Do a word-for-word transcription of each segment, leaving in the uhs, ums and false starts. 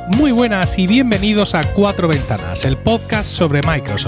Muy buenas y bienvenidos a Cuatro Ventanas, el podcast sobre Microsoft.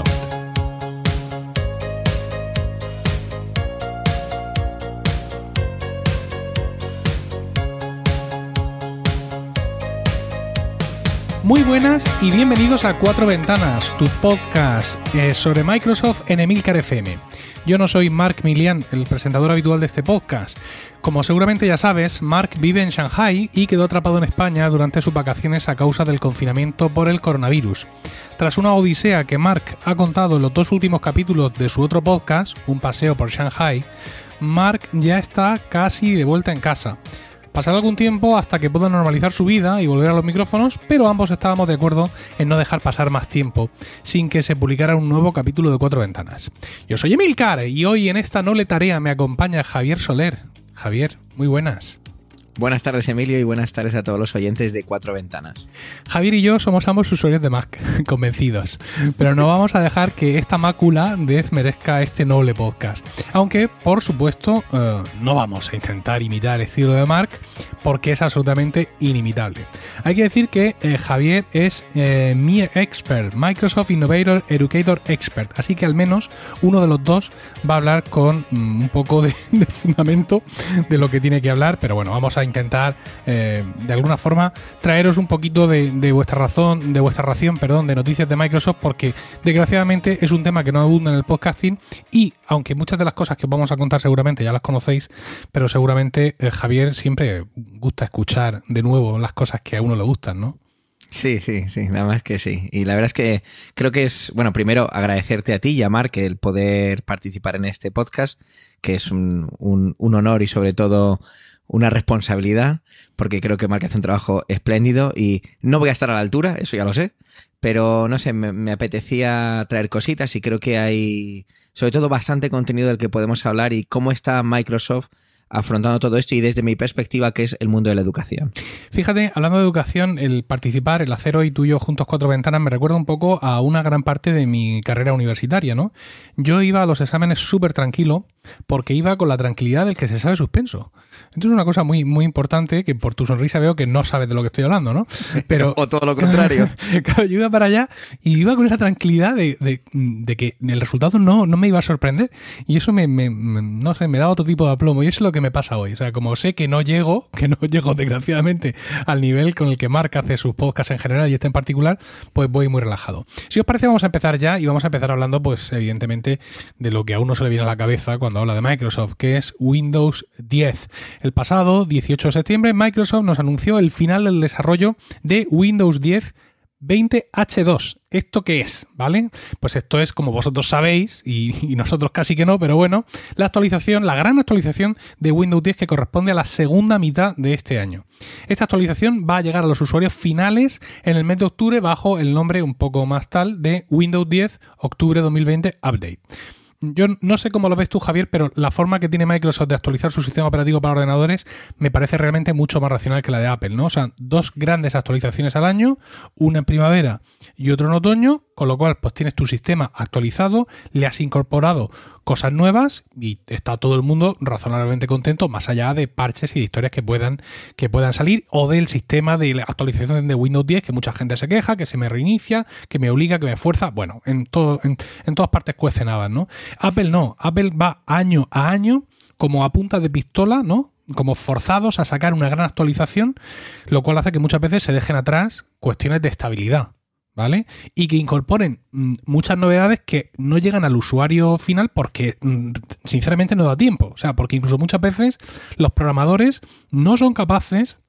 Muy buenas y bienvenidos a Cuatro Ventanas, tu podcast eh, sobre Microsoft en Emilcar F M. Yo no soy Marc Milian, el presentador habitual de este podcast. Como seguramente ya sabes, Marc vive en Shanghai y quedó atrapado en España durante sus vacaciones a causa del confinamiento por el coronavirus. Tras una odisea que Marc ha contado en los dos últimos capítulos de su otro podcast, Un paseo por Shanghai, Marc ya está casi de vuelta en casa. Pasará algún tiempo hasta que pueda normalizar su vida y volver a los micrófonos, pero ambos estábamos de acuerdo en no dejar pasar más tiempo sin que se publicara un nuevo capítulo de Cuatro Ventanas. Yo soy Emilcar y hoy en esta noble tarea me acompaña Javier Soler. Javier, muy buenas. Buenas tardes, Emilio, y buenas tardes a todos los oyentes de Cuatro Ventanas. Javier y yo somos ambos usuarios de Mac, convencidos, pero no vamos a dejar que esta mácula desmerezca este noble podcast. Aunque, por supuesto, eh, no vamos a intentar imitar el estilo de Marc, porque es absolutamente inimitable. Hay que decir que eh, Javier es eh, mi expert, Microsoft Innovator Educator Expert, así que al menos uno de los dos va a hablar con mm, un poco de, de fundamento de lo que tiene que hablar, pero bueno, vamos a intentar eh, de alguna forma traeros un poquito de, de vuestra razón, de vuestra ración, perdón, de noticias de Microsoft, porque desgraciadamente es un tema que no abunda en el podcasting y aunque muchas de las cosas que os vamos a contar seguramente ya las conocéis, pero seguramente eh, Javier siempre gusta escuchar de nuevo las cosas que a uno le gustan, ¿no? Sí, sí, sí, nada más que sí. Y la verdad es que creo que es, bueno, primero agradecerte a ti y a Marc el poder participar en este podcast, que es un, un, un honor y sobre todo una responsabilidad, porque creo que Marc hace un trabajo espléndido y no voy a estar a la altura, eso ya lo sé, pero no sé, me, me apetecía traer cositas y creo que hay sobre todo bastante contenido del que podemos hablar y cómo está Microsoft afrontando todo esto y desde mi perspectiva, que es el mundo de la educación. Fíjate, hablando de educación, el participar, el hacer hoy tú y yo juntos Cuatro Ventanas me recuerda un poco a una gran parte de mi carrera universitaria, ¿no? Yo iba a los exámenes súper tranquilo porque iba con la tranquilidad del que se sabe suspenso. Entonces es una cosa muy, muy importante que por tu sonrisa veo que no sabes de lo que estoy hablando, ¿no? Pero o todo lo contrario. Claro, yo iba para allá y iba con esa tranquilidad de, de, de que el resultado no, no me iba a sorprender y eso me, me, me, no sé, me da otro tipo de aplomo y eso es lo que me pasa hoy. O sea, como sé que no llego, que no llego desgraciadamente al nivel con el que Marc hace sus podcasts en general y este en particular, pues voy muy relajado. Si os parece, vamos a empezar ya y vamos a empezar hablando, pues evidentemente, de lo que a uno se le viene a la cabeza cuando habla de Microsoft, que es Windows diez. El pasado dieciocho de septiembre, Microsoft nos anunció el final del desarrollo de Windows diez veinte hache dos. ¿Esto qué es? ¿Vale? Pues esto es, como vosotros sabéis, y, y nosotros casi que no, pero bueno, la actualización, la gran actualización de Windows diez que corresponde a la segunda mitad de este año. Esta actualización va a llegar a los usuarios finales en el mes de octubre bajo el nombre un poco más tal de Windows diez Octubre dos mil veinte Update. Yo no sé cómo lo ves tú, Javier, pero la forma que tiene Microsoft de actualizar su sistema operativo para ordenadores me parece realmente mucho más racional que la de Apple, ¿no? O sea, dos grandes actualizaciones al año, una en primavera y otra en otoño, con lo cual pues tienes tu sistema actualizado, le has incorporado cosas nuevas y está todo el mundo razonablemente contento, más allá de parches y de historias que puedan, que puedan salir, o del sistema de actualización de Windows diez, que mucha gente se queja, que se me reinicia, que me obliga, que me fuerza. Bueno, en, todo, en, en todas partes cuecen habas, ¿no? Apple no, Apple va año a año como a punta de pistola, ¿no? Como forzados a sacar una gran actualización, lo cual hace que muchas veces se dejen atrás cuestiones de estabilidad, ¿vale? Y que incorporen mm, muchas novedades que no llegan al usuario final porque mm, sinceramente no da tiempo. O sea, porque incluso muchas veces los programadores no son capaces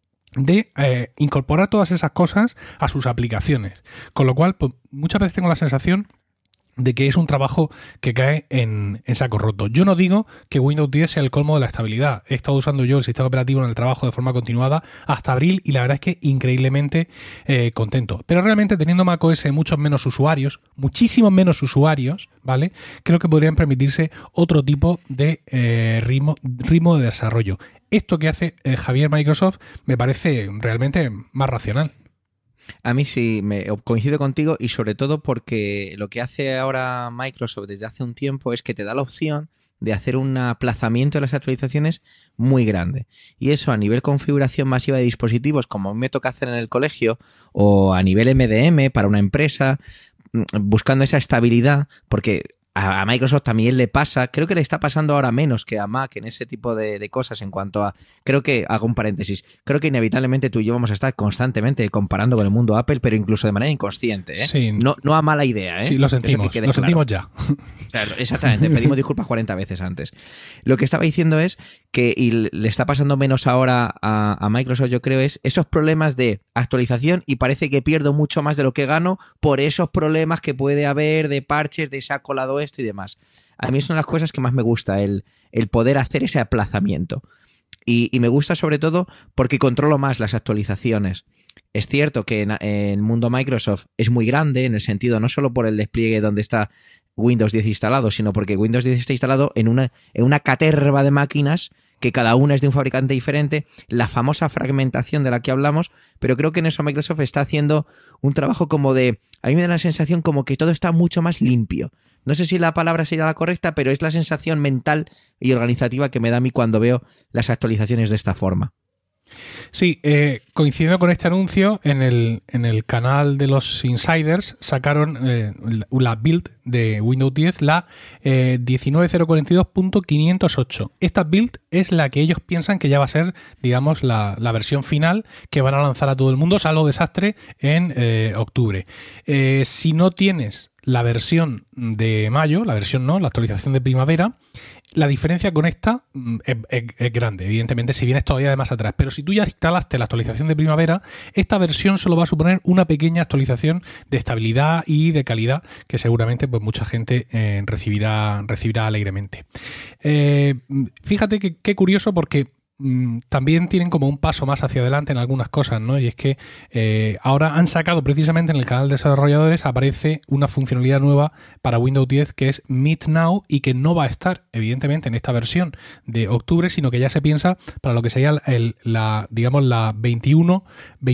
de eh, incorporar todas esas cosas a sus aplicaciones. Con lo cual, pues, muchas veces tengo la sensación de que es un trabajo que cae en, en saco roto. Yo no digo que Windows diez sea el colmo de la estabilidad. He estado usando yo el sistema operativo en el trabajo de forma continuada hasta abril y la verdad es que increíblemente eh, contento. Pero realmente teniendo macOS muchos menos usuarios, muchísimos menos usuarios, ¿vale? Creo que podrían permitirse otro tipo de eh, ritmo, ritmo de desarrollo. Esto que hace eh, Javier Microsoft me parece realmente más racional. A mí sí, me coincido contigo y sobre todo porque lo que hace ahora Microsoft desde hace un tiempo es que te da la opción de hacer un aplazamiento de las actualizaciones muy grande. Y eso a nivel configuración masiva de dispositivos, como me toca hacer en el colegio, o a nivel M D M para una empresa, buscando esa estabilidad, porque a Microsoft también le pasa, creo que le está pasando ahora menos que a Mac en ese tipo de, de cosas en cuanto a, creo que, hago un paréntesis, creo que inevitablemente tú y yo vamos a estar constantemente comparando con el mundo Apple, pero incluso de manera inconsciente, ¿eh? Sí. No, no a mala idea, ¿eh? Sí, lo sentimos, que lo sentimos ya. Claro, exactamente, pedimos disculpas cuarenta veces antes. Lo que estaba diciendo es que, y le está pasando menos ahora a, a Microsoft, yo creo, es esos problemas de actualización y parece que pierdo mucho más de lo que gano por esos problemas que puede haber de parches, de se ha colado esto y demás. A mí son las cosas que más me gusta, el, el poder hacer ese aplazamiento. Y, y me gusta sobre todo porque controlo más las actualizaciones. Es cierto que en, en el mundo Microsoft es muy grande, en el sentido no solo por el despliegue donde está Windows diez instalado, sino porque Windows diez está instalado en una, en una caterva de máquinas que cada una es de un fabricante diferente, la famosa fragmentación de la que hablamos, pero creo que en eso Microsoft está haciendo un trabajo como de, a mí me da la sensación como que todo está mucho más limpio. No sé si la palabra sería la correcta, pero es la sensación mental y organizativa que me da a mí cuando veo las actualizaciones de esta forma. Sí, eh, coincidiendo con este anuncio, en el, en el canal de los insiders sacaron eh, la build de Windows diez, la eh, diecinueve mil cuarenta y dos punto quinientos ocho. Esta build es la que ellos piensan que ya va a ser, digamos, la, la versión final que van a lanzar a todo el mundo, salvo desastre, en eh, octubre. Eh, si no tienes la versión de mayo, la versión no, la actualización de primavera, la diferencia con esta es, es, es grande, evidentemente, si vienes todavía de más atrás. Pero si tú ya instalaste la actualización de primavera, esta versión solo va a suponer una pequeña actualización de estabilidad y de calidad que seguramente pues mucha gente eh, recibirá, recibirá alegremente. Eh, fíjate que qué curioso porque también tienen como un paso más hacia adelante en algunas cosas, ¿no? Y es que eh, ahora han sacado precisamente en el canal de desarrolladores, aparece una funcionalidad nueva para Windows diez que es Meet Now y que no va a estar evidentemente en esta versión de octubre, sino que ya se piensa para lo que sería el, la, digamos, la veintiuno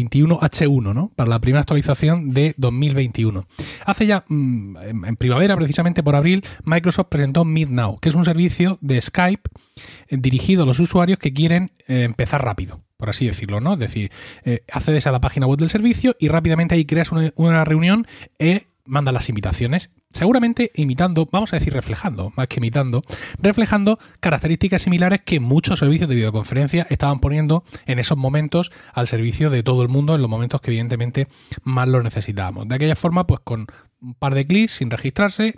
H uno, ¿no? Para la primera actualización de dos mil veintiuno. Hace ya, mmm, en, en primavera, precisamente por abril, Microsoft presentó Meet Now, que es un servicio de Skype eh, dirigido a los usuarios que quieren Eh, empezar rápido, por así decirlo, ¿no? Es decir, eh, accedes a la página web del servicio y rápidamente ahí creas una, una reunión e mandas las invitaciones, seguramente imitando, vamos a decir reflejando, más que imitando, reflejando características similares que muchos servicios de videoconferencia estaban poniendo en esos momentos al servicio de todo el mundo, en los momentos que evidentemente más lo necesitábamos. De aquella forma, pues con un par de clics, sin registrarse,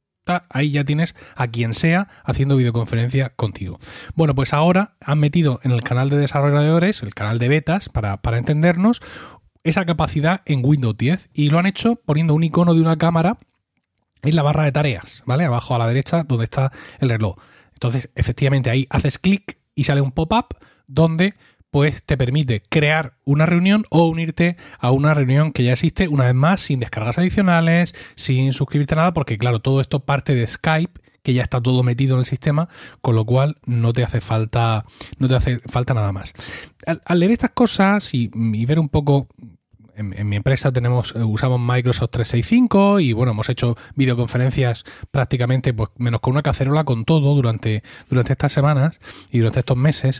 ahí ya tienes a quien sea haciendo videoconferencia contigo. Bueno, pues ahora han metido en el canal de desarrolladores, el canal de betas, para, para entendernos, esa capacidad en Windows diez y lo han hecho poniendo un icono de una cámara en la barra de tareas, ¿vale? Abajo a la derecha donde está el reloj. Entonces, efectivamente, ahí haces clic y sale un pop-up donde pues te permite crear una reunión o unirte a una reunión que ya existe, una vez más, sin descargas adicionales, sin suscribirte a nada, porque claro, todo esto parte de Skype, que ya está todo metido en el sistema, con lo cual no te hace falta, no te hace falta nada más. Al, al leer estas cosas y, y ver un poco, en, en mi empresa tenemos, usamos Microsoft trescientos sesenta y cinco y bueno, hemos hecho videoconferencias prácticamente, pues menos con una cacerola, con todo durante, durante estas semanas y durante estos meses.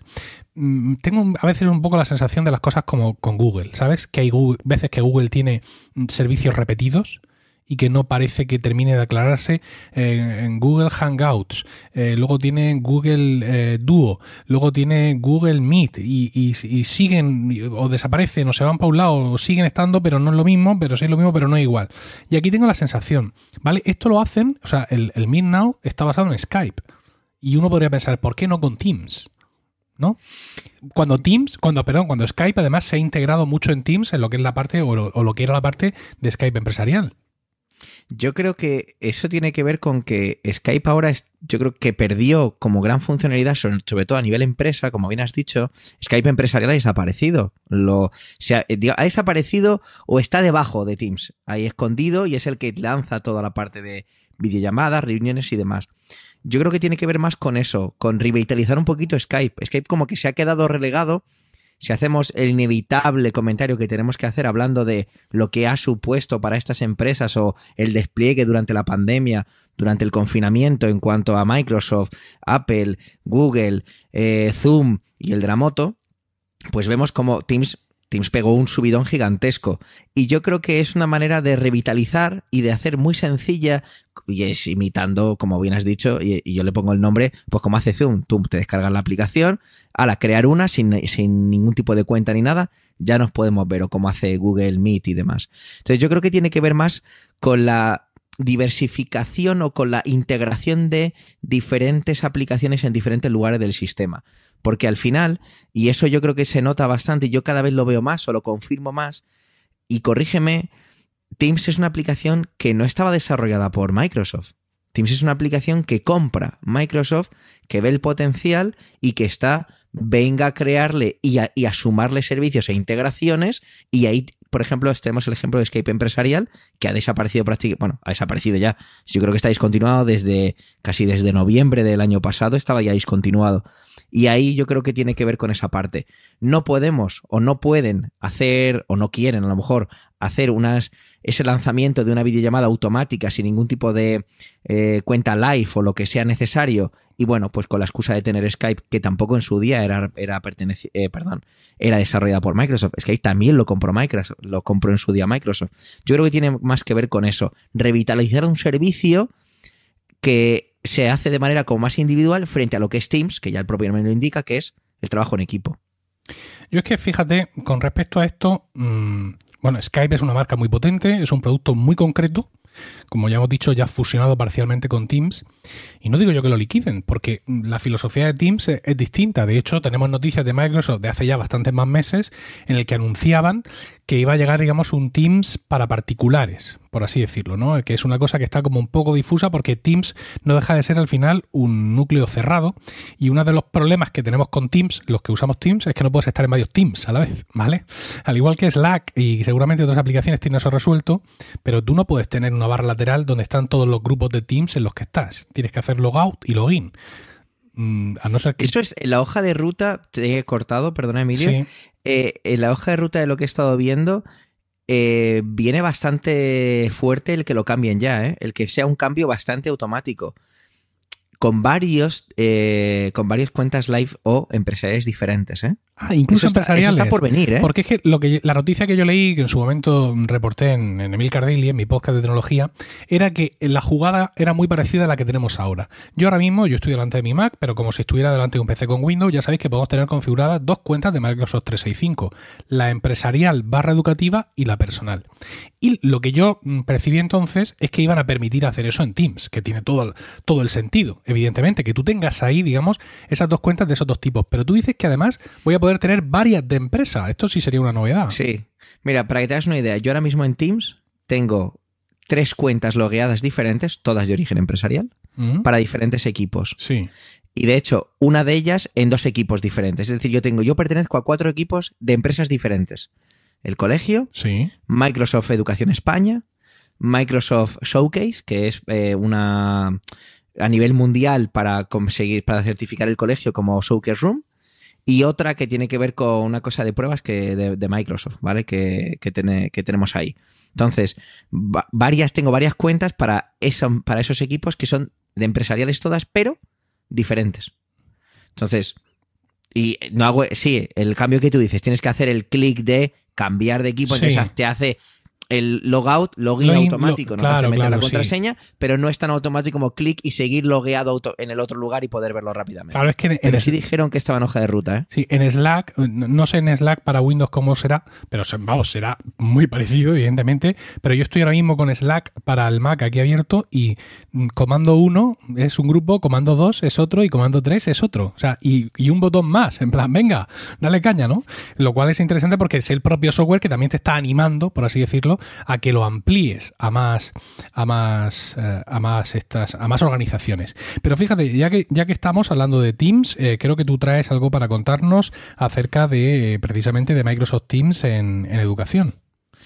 Tengo a veces un poco la sensación de las cosas como con Google, ¿sabes? Que hay Google, veces que Google tiene servicios repetidos y que no parece que termine de aclararse. Eh, en Google Hangouts, eh, luego tiene Google eh, Duo, luego tiene Google Meet y, y, y siguen o desaparecen o se van para un lado o siguen estando, pero no es lo mismo, pero sí es lo mismo, pero no es igual. Y aquí tengo la sensación, ¿vale? Esto lo hacen, o sea, el, el Meet Now está basado en Skype y uno podría pensar, ¿por qué no con Teams? ¿No? Cuando Teams, cuando, perdón, cuando Skype además se ha integrado mucho en Teams en lo que es la parte o lo, o lo que era la parte de Skype empresarial. Yo creo que eso tiene que ver con que Skype ahora es, yo creo que perdió como gran funcionalidad, sobre, sobre todo a nivel empresa, como bien has dicho, Skype empresarial ha desaparecido. Lo, se ha, ha desaparecido o está debajo de Teams, ahí escondido, y es el que lanza toda la parte de videollamadas, reuniones y demás. Yo creo que tiene que ver más con eso, con revitalizar un poquito Skype. Skype como que se ha quedado relegado. Si hacemos el inevitable comentario que tenemos que hacer hablando de lo que ha supuesto para estas empresas o el despliegue durante la pandemia, durante el confinamiento en cuanto a Microsoft, Apple, Google, eh, Zoom y el de la moto, pues vemos como Teams, Teams pegó un subidón gigantesco. Y yo creo que es una manera de revitalizar y de hacer muy sencilla, y es imitando, como bien has dicho, y, y yo le pongo el nombre, pues como hace Zoom. Tú te descargas la aplicación, al crear una sin, sin ningún tipo de cuenta ni nada, ya nos podemos ver, o como hace Google Meet y demás. Entonces yo creo que tiene que ver más con la diversificación o con la integración de diferentes aplicaciones en diferentes lugares del sistema. Porque al final, y eso yo creo que se nota bastante, y yo cada vez lo veo más o lo confirmo más, y corrígeme, Teams es una aplicación que no estaba desarrollada por Microsoft. Teams es una aplicación que compra Microsoft, que ve el potencial y que está, venga a crearle y a, y a sumarle servicios e integraciones, y ahí, por ejemplo, tenemos el ejemplo de Skype Empresarial, que ha desaparecido prácticamente, bueno, ha desaparecido ya, yo creo que está discontinuado desde, casi desde noviembre del año pasado, estaba ya discontinuado. Y ahí yo creo que tiene que ver con esa parte. No podemos o no pueden hacer, o no quieren a lo mejor, hacer unas, ese lanzamiento de una videollamada automática sin ningún tipo de eh, cuenta live o lo que sea necesario. Y bueno, pues con la excusa de tener Skype, que tampoco en su día era, era, perteneci- eh, perdón, era desarrollada por Microsoft. Skype también lo compró Microsoft, lo compró en su día Microsoft. Yo creo que tiene más que ver con eso. Revitalizar un servicio que se hace de manera como más individual frente a lo que es Teams, que ya el propio nombre lo indica, que es el trabajo en equipo. Yo es que, fíjate, con respecto a esto, mmm, bueno, Skype es una marca muy potente, es un producto muy concreto, como ya hemos dicho, ya fusionado parcialmente con Teams, y no digo yo que lo liquiden, porque la filosofía de Teams es, es distinta. De hecho, tenemos noticias de Microsoft de hace ya bastantes más meses en el que anunciaban que iba a llegar, digamos, un Teams para particulares, por así decirlo, ¿no? Que es una cosa que está como un poco difusa porque Teams no deja de ser al final un núcleo cerrado, y uno de los problemas que tenemos con Teams, los que usamos Teams, es que no puedes estar en varios Teams a la vez, ¿vale? Al igual que Slack y seguramente otras aplicaciones tienen eso resuelto, pero tú no puedes tener una barra lateral donde están todos los grupos de Teams en los que estás. Tienes que hacer logout y login. Mm, a no ser que... Eso es en la hoja de ruta, te he cortado, perdona Emilio, Sí. eh, en la hoja de ruta de lo que he estado viendo, eh, viene bastante fuerte el que lo cambien ya, ¿eh? El que sea un cambio bastante automático, con varios, eh, con varias cuentas live o empresariales diferentes, ¿eh? Ah, incluso eso está, empresariales. Eso está por venir, ¿eh? Porque es que, lo que la noticia que yo leí, que en su momento reporté en, en Emilcar Daily, en mi podcast de tecnología, era que la jugada era muy parecida a la que tenemos ahora. Yo ahora mismo, yo estoy delante de mi Mac, pero como si estuviera delante de un P C con Windows, ya sabéis que podemos tener configuradas dos cuentas de Microsoft trescientos sesenta y cinco, la empresarial barra educativa y la personal. Y lo que yo percibí entonces es que iban a permitir hacer eso en Teams, que tiene todo el, todo el sentido, evidentemente, que tú tengas ahí, digamos, esas dos cuentas de esos dos tipos. Pero tú dices que además voy a poder tener varias de empresa. Esto sí sería una novedad. Sí. Mira, para que te hagas una idea, yo ahora mismo en Teams tengo tres cuentas logueadas diferentes, todas de origen empresarial, ¿Mm? para diferentes equipos. Sí. Y de hecho, una de ellas en dos equipos diferentes. Es decir, yo tengo, yo pertenezco a cuatro equipos de empresas diferentes. El colegio, Sí. Microsoft Educación España, Microsoft Showcase, que es eh, una a nivel mundial para conseguir, para certificar el colegio como Showcase Room, y otra que tiene que ver con una cosa de pruebas que de, de Microsoft, ¿vale? Que, que, tiene, que tenemos ahí. Entonces, va, varias, tengo varias cuentas para, eso, para esos equipos que son de empresariales todas, pero diferentes. Entonces, y no hago, sí, el cambio que tú dices, tienes que hacer el clic de cambiar de equipo, Sí. entonces te hace el logout, login Login, automático, lo- no claro, te hace meter claro, la sí. contraseña, pero no es tan automático como clic y seguir logueado auto en el otro lugar y poder verlo rápidamente. Claro, es que en, Pero en sí es- dijeron que estaba en hoja de ruta, ¿eh? sí, en Slack, no no sé en Slack para Windows cómo será, pero se- vamos, será muy parecido, evidentemente. Pero yo estoy ahora mismo con Slack para el Mac aquí abierto y mm, comando uno es un grupo, comando dos es otro y comando tres es otro. O sea, y, y un botón más, en plan, venga, dale caña, ¿no? Lo cual es interesante porque es el propio software que también te está animando, por así decirlo, a que lo amplíes a más, a más, eh, a más estas, a más organizaciones. Pero fíjate, ya que, ya que estamos hablando de Teams, eh, creo que tú traes algo para contarnos acerca de eh, precisamente de Microsoft Teams en, en educación.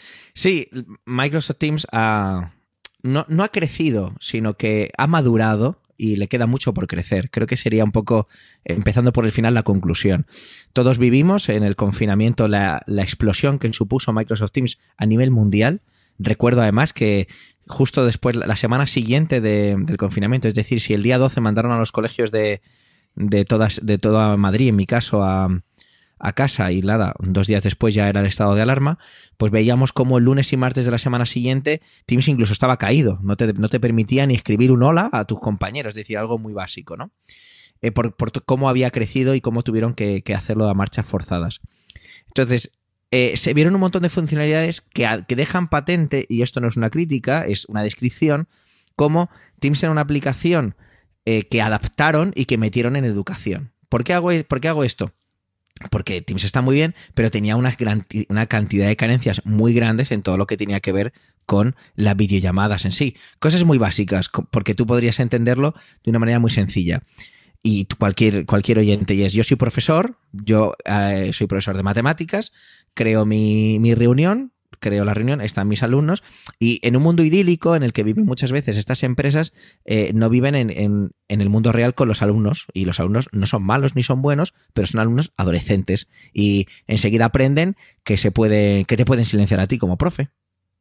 Sí, Microsoft Teams ha, no, no ha crecido, sino que ha madurado y le queda mucho por crecer. Creo que sería un poco, empezando por el final, la conclusión. Todos vivimos en el confinamiento la, la explosión que supuso Microsoft Teams a nivel mundial. recuerdo además que justo después, la semana siguiente de, del confinamiento, es decir, si el día doce mandaron a los colegios de, de, todas, de toda Madrid, en mi caso, a, a casa y nada, dos días después ya era el estado de alarma, pues veíamos como el lunes y martes de la semana siguiente Teams incluso estaba caído, no te, no te permitía ni escribir un hola a tus compañeros, es decir, algo muy básico, ¿no? Eh, por, por cómo había crecido y cómo tuvieron que, que hacerlo a marchas forzadas. Entonces, eh, se vieron un montón de funcionalidades que, que dejan patente, y esto no es una crítica, es una descripción, como Teams era una aplicación eh, que adaptaron y que metieron en educación. ¿Por qué hago, por qué hago esto? Porque Teams está muy bien, pero tenía una, gran, una cantidad de carencias muy grandes en todo lo que tenía que ver con las videollamadas en sí. Cosas muy básicas, porque tú podrías entenderlo de una manera muy sencilla. Y cualquier, cualquier oyente, y es, yo soy profesor, yo eh, soy profesor de matemáticas, creo mi, mi reunión, creo la reunión, están mis alumnos, y en un mundo idílico en el que viven muchas veces estas empresas, eh, no viven en, en, en el mundo real con los alumnos, y los alumnos no son malos ni son buenos, pero son alumnos adolescentes, y enseguida aprenden que, se puede, que te pueden silenciar a ti como profe,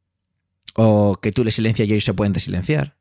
o que tú les silencias y ellos se pueden desilenciar,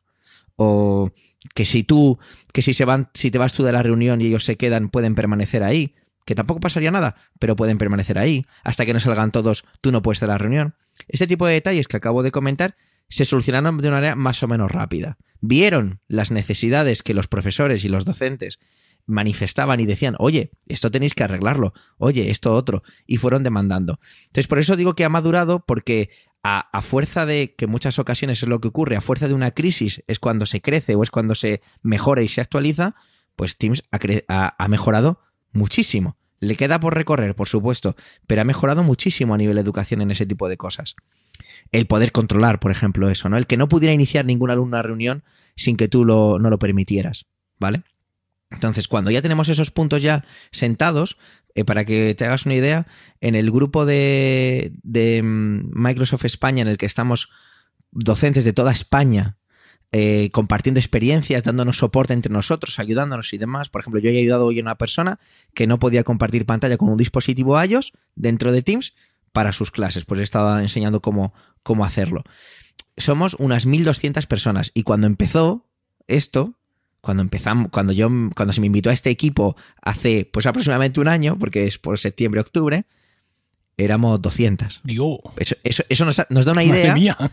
o que si tú, que si se van, si te vas tú de la reunión y ellos se quedan, pueden permanecer ahí, que tampoco pasaría nada, pero pueden permanecer ahí, hasta que no salgan todos, tú no puedes de la reunión. Este tipo de detalles que acabo de comentar se solucionaron de una manera más o menos rápida. Vieron las necesidades que los profesores y los docentes manifestaban y decían, oye, esto tenéis que arreglarlo, oye, esto otro, y fueron demandando. Entonces, por eso digo que ha madurado, porque a, a fuerza de, que en muchas ocasiones es lo que ocurre, a fuerza de una crisis es cuando se crece o es cuando se mejora y se actualiza, pues Teams ha, ha, ha mejorado muchísimo. Le queda por recorrer, por supuesto, pero ha mejorado muchísimo a nivel de educación en ese tipo de cosas. El poder controlar, por ejemplo, eso, ¿no? El que no pudiera iniciar ningún alumno una reunión sin que tú lo, no lo permitieras, ¿vale? Entonces, cuando ya tenemos esos puntos ya sentados, eh, para que te hagas una idea, en el grupo de, de Microsoft España, en el que estamos docentes de toda España, eh, compartiendo experiencias, dándonos soporte entre nosotros, ayudándonos y demás. Por ejemplo, yo he ayudado hoy a una persona que no podía compartir pantalla con un dispositivo iOS dentro de Teams para sus clases, pues le estaba enseñando cómo, cómo hacerlo. Somos unas mil doscientas personas, y cuando empezó esto, Cuando empezamos, cuando yo, cuando se me invitó a este equipo hace pues aproximadamente un año, porque es por septiembre, octubre, éramos doscientas. Dios. Eso, eso, eso nos, nos da una idea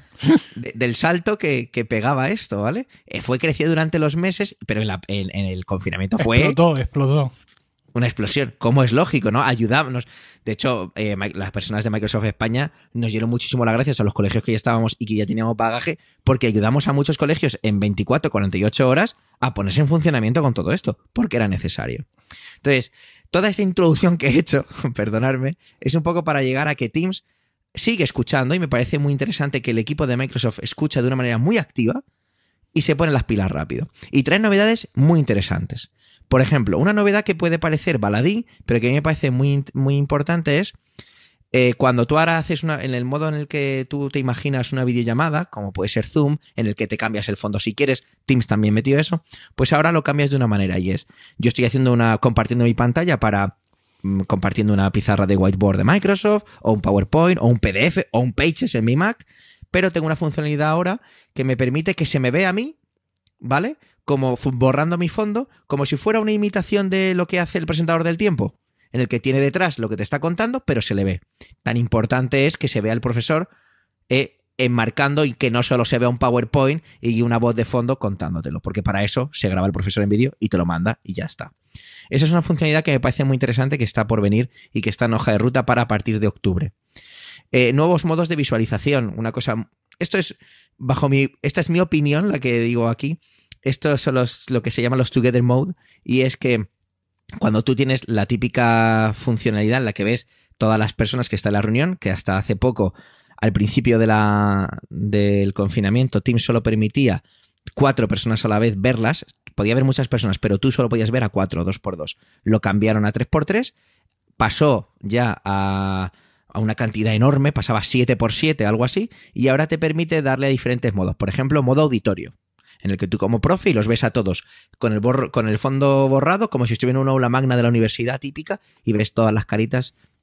de, del salto que, que pegaba esto, ¿vale? Eh, fue creciendo durante los meses, pero en, la, en, en el confinamiento fue... Explotó, explotó. Una explosión, como es lógico, ¿no? Ayudábamos. De hecho, eh, las personas de Microsoft España nos dieron muchísimo las gracias a los colegios que ya estábamos y que ya teníamos bagaje, porque ayudamos a muchos colegios en veinticuatro, cuarenta y ocho horas a ponerse en funcionamiento con todo esto, porque era necesario. Entonces, toda esta introducción que he hecho, perdonadme, es un poco para llegar a que Teams sigue escuchando, y me parece muy interesante que el equipo de Microsoft escucha de una manera muy activa y se pone las pilas rápido. Y trae novedades muy interesantes. Por ejemplo, una novedad que puede parecer baladí, pero que a mí me parece muy, muy importante es eh, cuando tú ahora haces una, en el modo en el que tú te imaginas una videollamada, como puede ser Zoom, en el que te cambias el fondo si quieres, Teams también metió eso, pues ahora lo cambias de una manera, y es, yo estoy haciendo una, compartiendo mi pantalla para, mm, compartiendo una pizarra de whiteboard de Microsoft, o un PowerPoint, o un P D F, o un Pages en mi Mac, pero tengo una funcionalidad ahora que me permite que se me vea a mí, ¿vale?, como borrando mi fondo, como si fuera una imitación de lo que hace el presentador del tiempo, en el que tiene detrás lo que te está contando, pero se le ve. Tan importante es que se vea el profesor eh, enmarcando, y que no solo se vea un PowerPoint y una voz de fondo contándotelo, porque para eso se graba el profesor en vídeo y te lo manda y ya está. Esa es una funcionalidad que me parece muy interesante, que está por venir y que está en hoja de ruta para a partir de octubre. Eh, nuevos modos de visualización, una cosa... Esto es, bajo mi... Esta es mi opinión, la que digo aquí. Estos son los, lo que se llama los Together Mode, y es que cuando tú tienes la típica funcionalidad en la que ves todas las personas que están en la reunión, que hasta hace poco, al principio de la, del confinamiento, Teams solo permitía cuatro personas a la vez verlas, podía haber muchas personas, pero tú solo podías ver a cuatro, dos por dos. Lo cambiaron a tres por tres, pasó ya a... a una cantidad enorme, pasaba siete por siete, algo así, y ahora te permite darle a diferentes modos. Por ejemplo, modo auditorio, en el que tú como profe y los ves a todos con el, borro, con el fondo borrado, como si estuviera en una aula magna de la universidad típica, y ves todas las caritas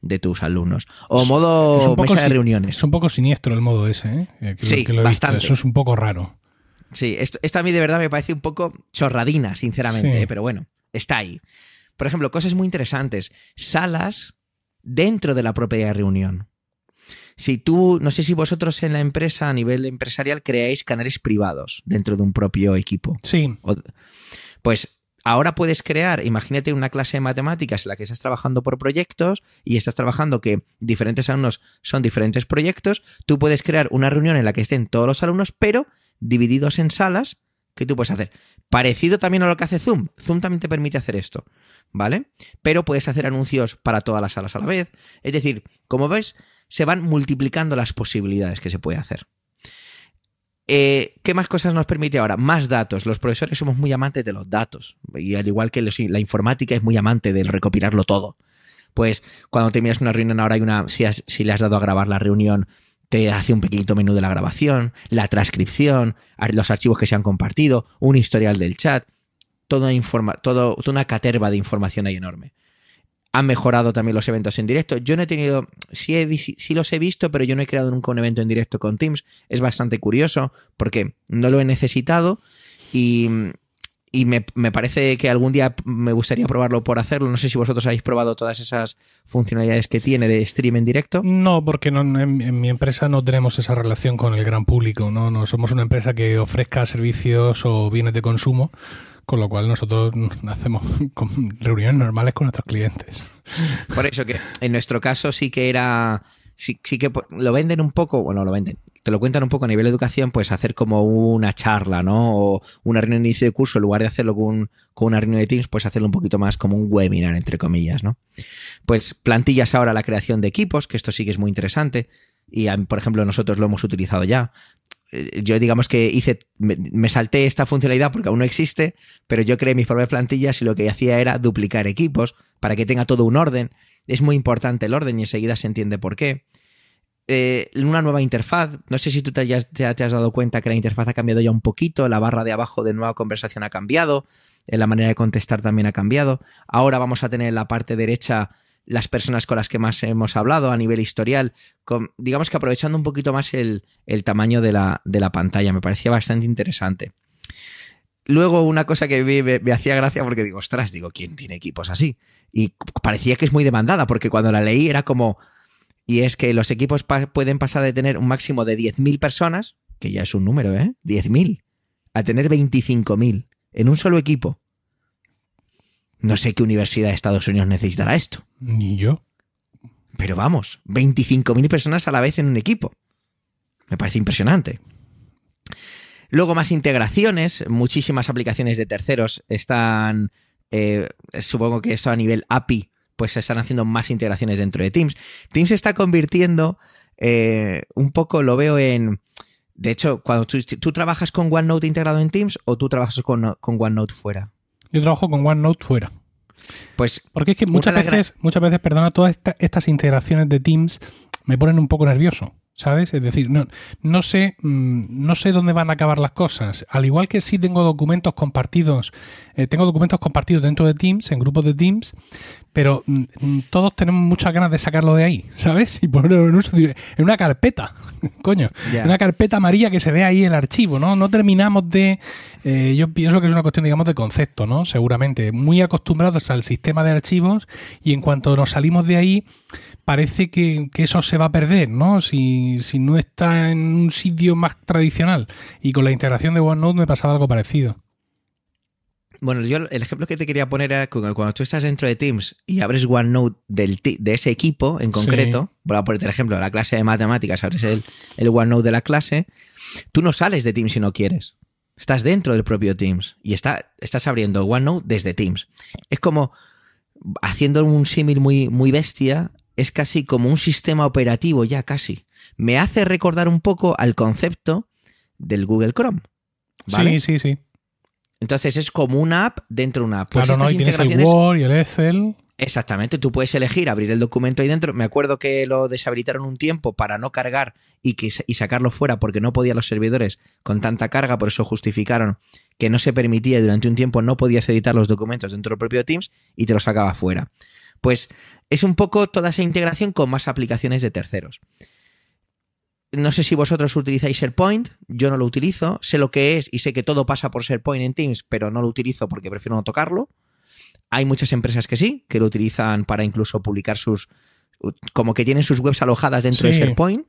de tus alumnos. O modo es un poco mesa de si, reuniones. Es un poco siniestro el modo ese, ¿eh? Que, sí, que lo he bastante. Visto. Eso es un poco raro. Sí, esto, esto a mí de verdad me parece un poco chorradina, sinceramente, sí. ¿eh? Pero bueno, está ahí. Por ejemplo, cosas muy interesantes. Salas dentro de la propia reunión. Si tú, no sé si vosotros en la empresa, a nivel empresarial, creáis canales privados dentro de un propio equipo. Sí. O, pues ahora puedes crear, imagínate una clase de matemáticas en la que estás trabajando por proyectos y estás trabajando que diferentes alumnos son diferentes proyectos. Tú puedes crear una reunión en la que estén todos los alumnos, pero divididos en salas que tú puedes hacer. Parecido también a lo que hace Zoom. Zoom también te permite hacer esto, ¿vale? Pero puedes hacer anuncios para todas las salas a la vez. Es decir, como ves, se van multiplicando las posibilidades que se puede hacer. Eh, ¿Qué más cosas nos permite ahora? Más datos. Los profesores somos muy amantes de los datos. Y al igual que los, la informática es muy amante del recopilarlo todo. Pues cuando terminas una reunión ahora hay una... Si, has, si le has dado a grabar la reunión, te hace un pequeñito menú de la grabación, la transcripción, los archivos que se han compartido, un historial del chat. Toda, informa, todo, toda una caterva de información ahí enorme. Han mejorado también los eventos en directo. Yo no he tenido, sí, he, sí los he visto, pero yo no he creado nunca un evento en directo con Teams. Es bastante curioso porque no lo he necesitado y, y me, me parece que algún día me gustaría probarlo por hacerlo. No sé si vosotros habéis probado todas esas funcionalidades que tiene de stream en directo. No, porque no, en, en mi empresa no tenemos esa relación con el gran público. No, no somos una empresa que ofrezca servicios o bienes de consumo. Con lo cual nosotros hacemos reuniones normales con nuestros clientes. Por eso que en nuestro caso sí que era... Sí, sí que lo venden un poco, bueno, lo venden, te lo cuentan un poco a nivel de educación, pues hacer como una charla, ¿no? O una reunión de inicio de curso, en lugar de hacerlo con, con una reunión de Teams, pues hacerlo un poquito más como un webinar, entre comillas, ¿no? Pues plantillas ahora la creación de equipos, que esto sí que es muy interesante. Y, por ejemplo, nosotros lo hemos utilizado ya. Yo digamos que hice, me, me salté esta funcionalidad porque aún no existe, pero yo creé mis propias plantillas y lo que hacía era duplicar equipos para que tenga todo un orden. Es muy importante el orden y enseguida se entiende por qué. Eh, una nueva interfaz, no sé si tú te, hayas, te, te has dado cuenta que la interfaz ha cambiado ya un poquito, la barra de abajo de nueva conversación ha cambiado, la manera de contestar también ha cambiado. Ahora vamos a tener en la parte derecha las personas con las que más hemos hablado a nivel historial, con, digamos que aprovechando un poquito más el, el tamaño de la, de la pantalla. Me parecía bastante interesante. Luego una cosa que me, me, me hacía gracia porque digo, ostras, digo, ¿quién tiene equipos así? Y parecía que es muy demandada porque cuando la leí era como... Y es que los equipos pa- pueden pasar de tener un máximo de diez mil personas, que ya es un número, ¿eh? diez mil, a tener veinticinco mil en un solo equipo. No sé qué universidad de Estados Unidos necesitará esto. Ni yo. Pero vamos, veinticinco mil personas a la vez en un equipo. Me parece impresionante. Luego más integraciones, muchísimas aplicaciones de terceros están, eh, supongo que eso a nivel A P I, pues se están haciendo más integraciones dentro de Teams. Teams se está convirtiendo, eh, un poco lo veo en... De hecho, cuando tú, tú trabajas con OneNote integrado en Teams o tú trabajas con, con OneNote fuera. Yo trabajo con OneNote fuera. Pues porque es que muchas veces, muchas veces, perdona, todas esta, estas integraciones de Teams me ponen un poco nervioso, ¿sabes? Es decir, no, no sé, no sé dónde van a acabar las cosas. Al igual que sí tengo documentos compartidos, eh, tengo documentos compartidos dentro de Teams, en grupos de Teams, pero mm, todos tenemos muchas ganas de sacarlo de ahí, ¿sabes? Y ponerlo en, uso, en una carpeta, coño, yeah. en una carpeta amarilla que se ve ahí el archivo, ¿no? No terminamos de... Eh, yo pienso que es una cuestión, digamos, de concepto, ¿no? Seguramente. Muy acostumbrados al sistema de archivos y en cuanto nos salimos de ahí, parece que, que eso se va a perder, ¿no? Si, si no está en un sitio más tradicional. Y con la integración de OneNote me pasaba algo parecido. Bueno, yo el ejemplo que te quería poner era cuando, cuando tú estás dentro de Teams y abres OneNote del, de ese equipo en concreto, sí. Voy a ponerte el ejemplo de la clase de matemáticas, abres el, el OneNote de la clase, tú no sales de Teams si no quieres. Estás dentro del propio Teams y está, estás abriendo OneNote desde Teams. Es como, haciendo un símil muy, muy bestia, es casi como un sistema operativo ya casi. Me hace recordar un poco al concepto del Google Chrome, ¿vale? Sí, sí, sí. Entonces es como una app dentro de una app. Pues claro, no, y tienes el Word y el Excel. Exactamente, tú puedes elegir abrir el documento ahí dentro. Me acuerdo que lo deshabilitaron un tiempo para no cargar y, que, y sacarlo fuera porque no podían los servidores con tanta carga, por eso justificaron que no se permitía y durante un tiempo no podías editar los documentos dentro del propio Teams y te los sacaba fuera. Pues es un poco toda esa integración con más aplicaciones de terceros. No sé si vosotros utilizáis SharePoint, yo no lo utilizo, sé lo que es y sé que todo pasa por SharePoint en Teams, pero no lo utilizo porque prefiero no tocarlo. Hay muchas empresas que sí, que lo utilizan para incluso publicar sus... como que tienen sus webs alojadas dentro sí. de SharePoint,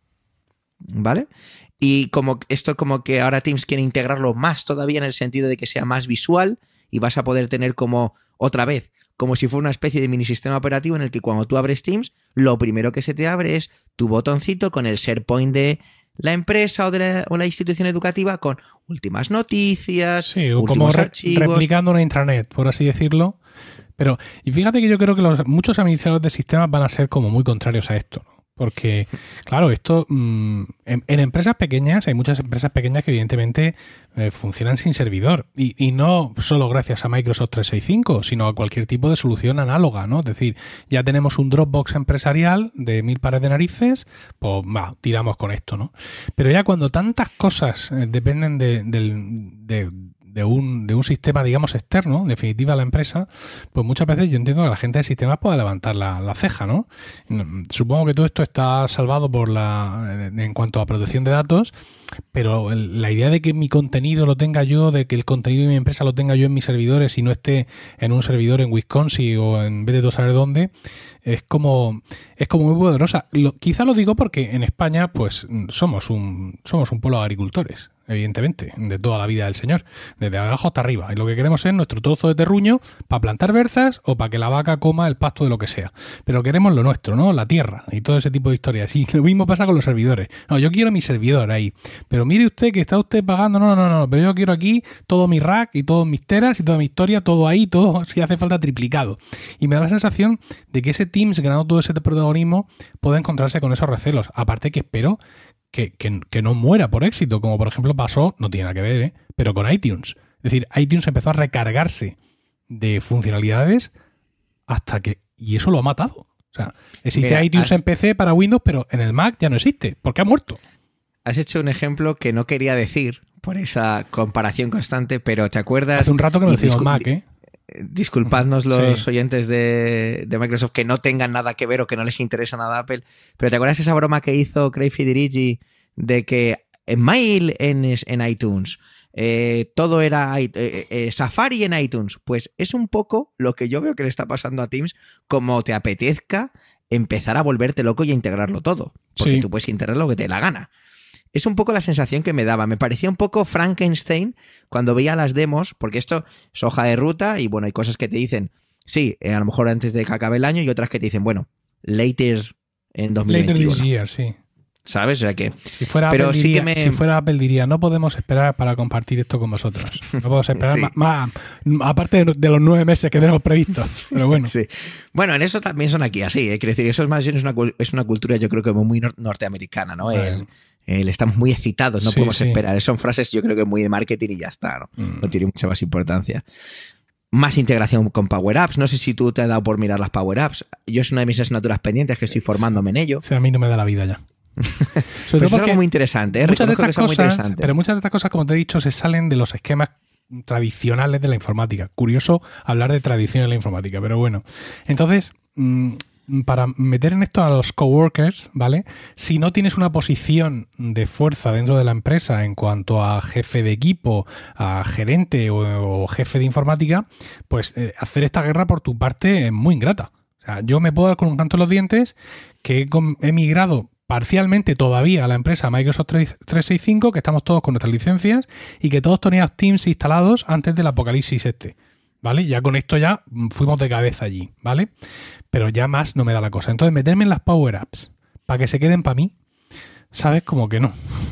¿vale? Y como esto como que ahora Teams quiere integrarlo más todavía en el sentido de que sea más visual y vas a poder tener como, otra vez, como si fuera una especie de mini sistema operativo en el que cuando tú abres Teams, lo primero que se te abre es tu botoncito con el SharePoint de la empresa o de la, o la institución educativa con últimas noticias, sí, o últimos como re archivos. Replicando una intranet, por así decirlo. Pero, y fíjate que yo creo que los, muchos administradores de sistemas van a ser como muy contrarios a esto, ¿no? Porque, claro, esto mmm, en, en empresas pequeñas, hay muchas empresas pequeñas que evidentemente eh, funcionan sin servidor. Y, y no solo gracias a Microsoft trescientos sesenta y cinco, sino a cualquier tipo de solución análoga, ¿no? Es decir, ya tenemos un Dropbox empresarial de mil pares de narices, pues va, tiramos con esto, ¿no? Pero ya cuando tantas cosas eh, dependen de, de, de De un, de un sistema, digamos, externo, en definitiva, a la empresa, pues muchas veces yo entiendo que la gente del sistema pueda levantar la, la ceja, ¿no? Supongo que todo esto está salvado por la en cuanto a protección de datos, pero el, la idea de que mi contenido lo tenga yo, de que el contenido de mi empresa lo tenga yo en mis servidores y no esté en un servidor en Wisconsin o en vez de todo saber dónde, es como es como muy poderosa. Lo, quizá lo digo porque en España, pues, somos un somos un pueblo de agricultores, evidentemente, de toda la vida del señor, desde abajo hasta arriba. Y lo que queremos es nuestro trozo de terruño para plantar berzas o para que la vaca coma el pasto de lo que sea. Pero queremos lo nuestro, ¿no? La tierra y todo ese tipo de historias. Y lo mismo pasa con los servidores. No, yo quiero mi servidor ahí. Pero mire usted que está usted pagando. No, no, no, pero yo quiero aquí todo mi rack y todos mis teras y toda mi historia, todo ahí, todo si hace falta triplicado. Y me da la sensación de que ese Teams, ganando todo ese protagonismo, puede encontrarse con esos recelos. Aparte que espero Que, que, que no muera por éxito, como por ejemplo pasó, no tiene nada que ver, ¿eh? Pero con iTunes. Es decir, iTunes empezó a recargarse de funcionalidades hasta que... Y eso lo ha matado. O sea, existe Mira, iTunes has... en P C para Windows, pero en el Mac ya no existe, porque ha muerto. Has hecho un ejemplo que no quería decir por esa comparación constante, pero ¿te acuerdas? Hace un rato que no decimos Mac, ¿eh? Disculpadnos los sí. oyentes de, de Microsoft que no tengan nada que ver o que no les interesa nada Apple, pero ¿te acuerdas esa broma que hizo Craig Federighi de que en Mail en, en iTunes, eh, todo era eh, eh, Safari en iTunes? Pues es un poco lo que yo veo que le está pasando a Teams, como te apetezca empezar a volverte loco y a integrarlo todo, porque sí. Tú puedes integrar lo que te dé la gana. Es un poco la sensación que me daba. Me parecía un poco Frankenstein cuando veía las demos, porque esto es hoja de ruta y bueno, hay cosas que te dicen, sí, a lo mejor antes de que acabe el año, y otras que te dicen, bueno, later en dos mil veintiuno. Later this year, sí. ¿Sabes? O sea que... Si fuera, pero Apple, sí diría, que me... si fuera Apple diría, no podemos esperar para compartir esto con vosotros. No podemos esperar sí. más, más, aparte de, de los nueve meses que tenemos previstos. Pero bueno. Sí. Bueno, en eso también son aquí así, ¿eh? Quiero decir, eso es más bien es una, es una cultura, yo creo que muy norteamericana, ¿no? Bueno. El, el, estamos muy excitados, no sí, podemos sí. esperar. Son frases, yo creo que muy de marketing y ya está, ¿no? Mm. No tiene mucha más importancia. Más integración con Power Apps. No sé si tú te has dado por mirar las Power Apps. Yo es una de mis asignaturas pendientes que estoy formándome en ello. Sí, a mí no me da la vida ya. Pues es algo muy interesante, ¿eh? Muchas de estas que cosas, muy interesante. Pero muchas de estas cosas, como te he dicho, se salen de los esquemas tradicionales de la informática. Curioso hablar de tradición en la informática, pero bueno. Entonces, mmm, para meter en esto a los coworkers, ¿vale? Si no tienes una posición de fuerza dentro de la empresa en cuanto a jefe de equipo, a gerente o, o jefe de informática, pues eh, hacer esta guerra por tu parte es muy ingrata. O sea, yo me puedo dar con un canto en los dientes que he, he migrado parcialmente todavía a la empresa Microsoft trescientos sesenta y cinco, que estamos todos con nuestras licencias y que todos teníamos Teams instalados antes del apocalipsis este, ¿vale? Ya con esto ya fuimos de cabeza allí, ¿vale? Pero ya más no me da la cosa. Entonces meterme en las Power Apps para que se queden para mí, ¿sabes? Como que no.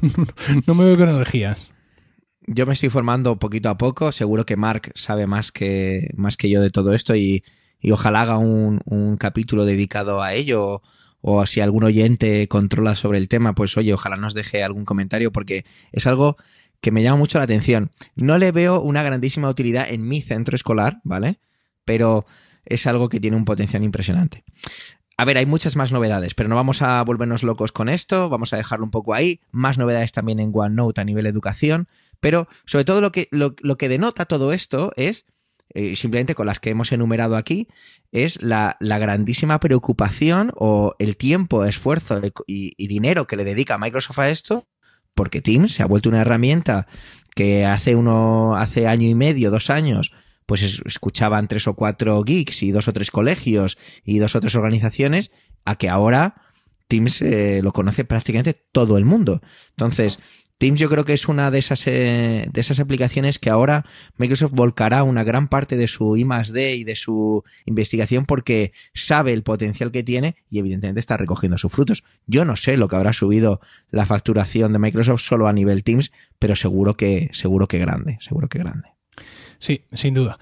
No me veo con energías. Yo me estoy formando poquito a poco. Seguro que Mark sabe más que, más que yo de todo esto y, y ojalá haga un, un capítulo dedicado a ello. O si algún oyente controla sobre el tema, pues oye, ojalá nos deje algún comentario porque es algo que me llama mucho la atención. No le veo una grandísima utilidad en mi centro escolar, ¿vale? Pero es algo que tiene un potencial impresionante. A ver, hay muchas más novedades, pero no vamos a volvernos locos con esto, vamos a dejarlo un poco ahí. Más novedades también en OneNote a nivel educación, pero sobre todo lo que, lo, lo que denota todo esto es eh, simplemente con las que hemos enumerado aquí, es la, la grandísima preocupación o el tiempo, esfuerzo y, y dinero que le dedica Microsoft a esto, porque Teams se ha vuelto una herramienta que hace uno, hace año y medio, dos años, pues escuchaban tres o cuatro geeks y dos o tres colegios y dos o tres organizaciones, a que ahora Teams eh, lo conoce prácticamente todo el mundo. Entonces, Teams yo creo que es una de esas, eh, de esas aplicaciones que ahora Microsoft volcará una gran parte de su I más D y de su investigación porque sabe el potencial que tiene y evidentemente está recogiendo sus frutos. Yo no sé lo que habrá subido la facturación de Microsoft solo a nivel Teams, pero seguro que, seguro que grande, seguro que grande. Sí, sin duda.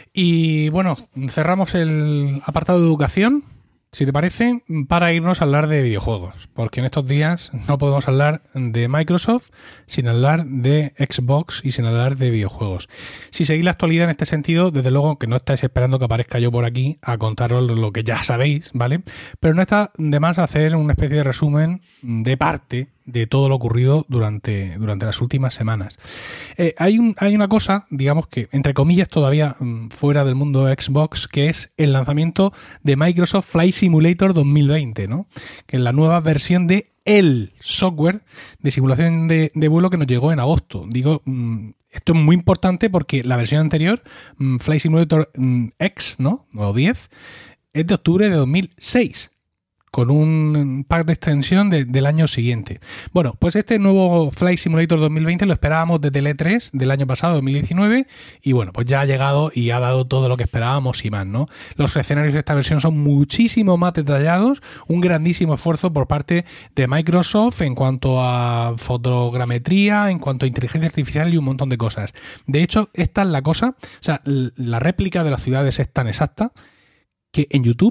Y bueno, cerramos el apartado de educación, si te parece, para irnos a hablar de videojuegos, porque en estos días no podemos hablar de Microsoft sin hablar de Xbox y sin hablar de videojuegos. Si seguís la actualidad en este sentido, desde luego que no estáis esperando que aparezca yo por aquí a contaros lo que ya sabéis, ¿vale? Pero no está de más hacer una especie de resumen de parte de todo lo ocurrido durante, durante las últimas semanas. Eh, hay, un, hay una cosa, digamos que, entre comillas, todavía mmm, fuera del mundo de Xbox, que es el lanzamiento de Microsoft Flight Simulator dos mil veinte, ¿no? Que es la nueva versión de el software de simulación de, de vuelo que nos llegó en agosto. Digo, mmm, esto es muy importante porque la versión anterior, mmm, Flight Simulator mmm, X, ¿no? O diez, es de octubre de dos mil seis. Con un pack de extensión de, del año siguiente. Bueno, pues este nuevo Flight Simulator dos mil veinte lo esperábamos desde el E tres del año pasado, dos mil diecinueve, y bueno, pues ya ha llegado y ha dado todo lo que esperábamos y más, ¿no? Los escenarios de esta versión son muchísimo más detallados, un grandísimo esfuerzo por parte de Microsoft en cuanto a fotogrametría, en cuanto a inteligencia artificial y un montón de cosas. De hecho, esta es la cosa, o sea, la réplica de las ciudades es tan exacta que en YouTube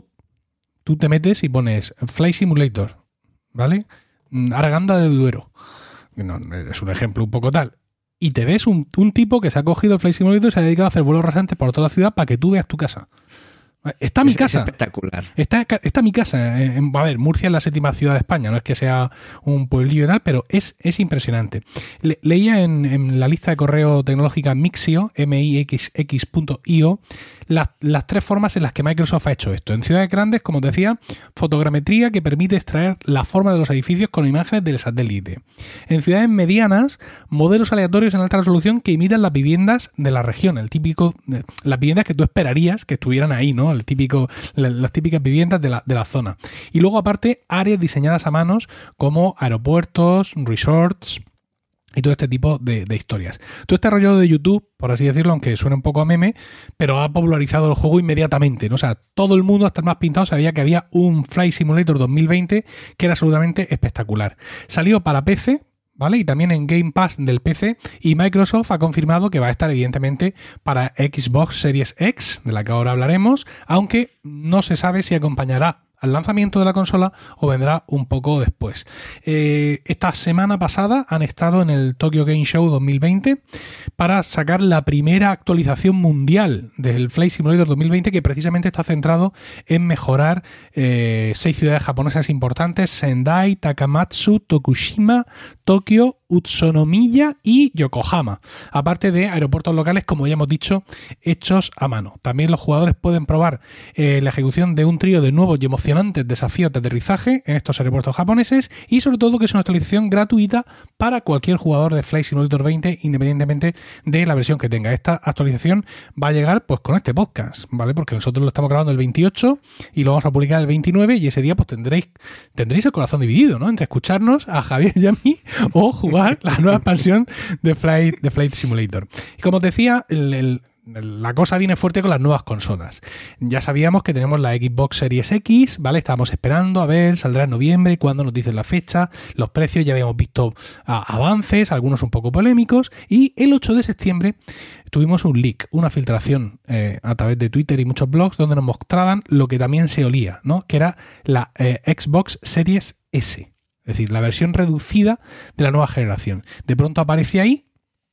tú te metes y pones Flight Simulator, ¿vale? Arganda del Duero. No, es un ejemplo un poco tal. Y te ves un, un tipo que se ha cogido el Flight Simulator y se ha dedicado a hacer vuelos rasantes por toda la ciudad para que tú veas tu casa. Está mi es, casa. Es espectacular. Está, está mi casa. A ver, Murcia es la séptima ciudad de España, no es que sea un pueblillo y tal, pero es, es impresionante. Le, leía en, en la lista de correo tecnológica Mixio, M I X X punto I O, las, las tres formas en las que Microsoft ha hecho esto. En ciudades grandes, como os decía, fotogrametría que permite extraer la forma de los edificios con imágenes del satélite. En ciudades medianas, modelos aleatorios en alta resolución que imitan las viviendas de la región, el típico, las viviendas que tú esperarías que estuvieran ahí, ¿no? El típico, las típicas viviendas de la, de la zona. Y luego, aparte, áreas diseñadas a manos como aeropuertos, resorts y todo este tipo de, de historias. Todo este rollo de YouTube, por así decirlo, aunque suene un poco a meme, pero ha popularizado el juego inmediatamente, ¿no? O sea, todo el mundo, hasta el más pintado, sabía que había un Flight Simulator dos mil veinte que era absolutamente espectacular. Salió para P C, ¿vale? Y también en Game Pass del P C, y Microsoft ha confirmado que va a estar evidentemente para Xbox Series X, de la que ahora hablaremos, aunque no se sabe si acompañará al lanzamiento de la consola o vendrá un poco después. Eh, esta semana pasada han estado en el Tokyo Game Show dos mil veinte para sacar la primera actualización mundial del Flight Simulator dos mil veinte, que precisamente está centrado en mejorar eh, seis ciudades japonesas importantes: Sendai, Takamatsu, Tokushima, Tokio, Utsunomiya y Yokohama, aparte de aeropuertos locales, como ya hemos dicho, hechos a mano. También los jugadores pueden probar eh, la ejecución de un trío de nuevos y emocionantes desafíos de aterrizaje en estos aeropuertos japoneses, y sobre todo que es una actualización gratuita para cualquier jugador de Flight Simulator veinte, independientemente de la versión que tenga. Esta actualización va a llegar pues con este podcast, ¿vale? Porque nosotros lo estamos grabando el veintiocho y lo vamos a publicar el veintinueve, y ese día pues tendréis, tendréis el corazón dividido, ¿no? Entre escucharnos a Javier y a mí o jugar la nueva expansión de Flight, de Flight Simulator. Y como os decía, el, el, la cosa viene fuerte con las nuevas consolas. Ya sabíamos que tenemos la Xbox Series X, ¿vale? Estábamos esperando a ver, saldrá en noviembre, cuándo nos dicen la fecha, los precios, ya habíamos visto a, avances, algunos un poco polémicos, y el ocho de septiembre tuvimos un leak, una filtración eh, a través de Twitter y muchos blogs donde nos mostraban lo que también se olía, ¿no? Que era la eh, Xbox Series S. Es decir, la versión reducida de la nueva generación. De pronto aparece ahí,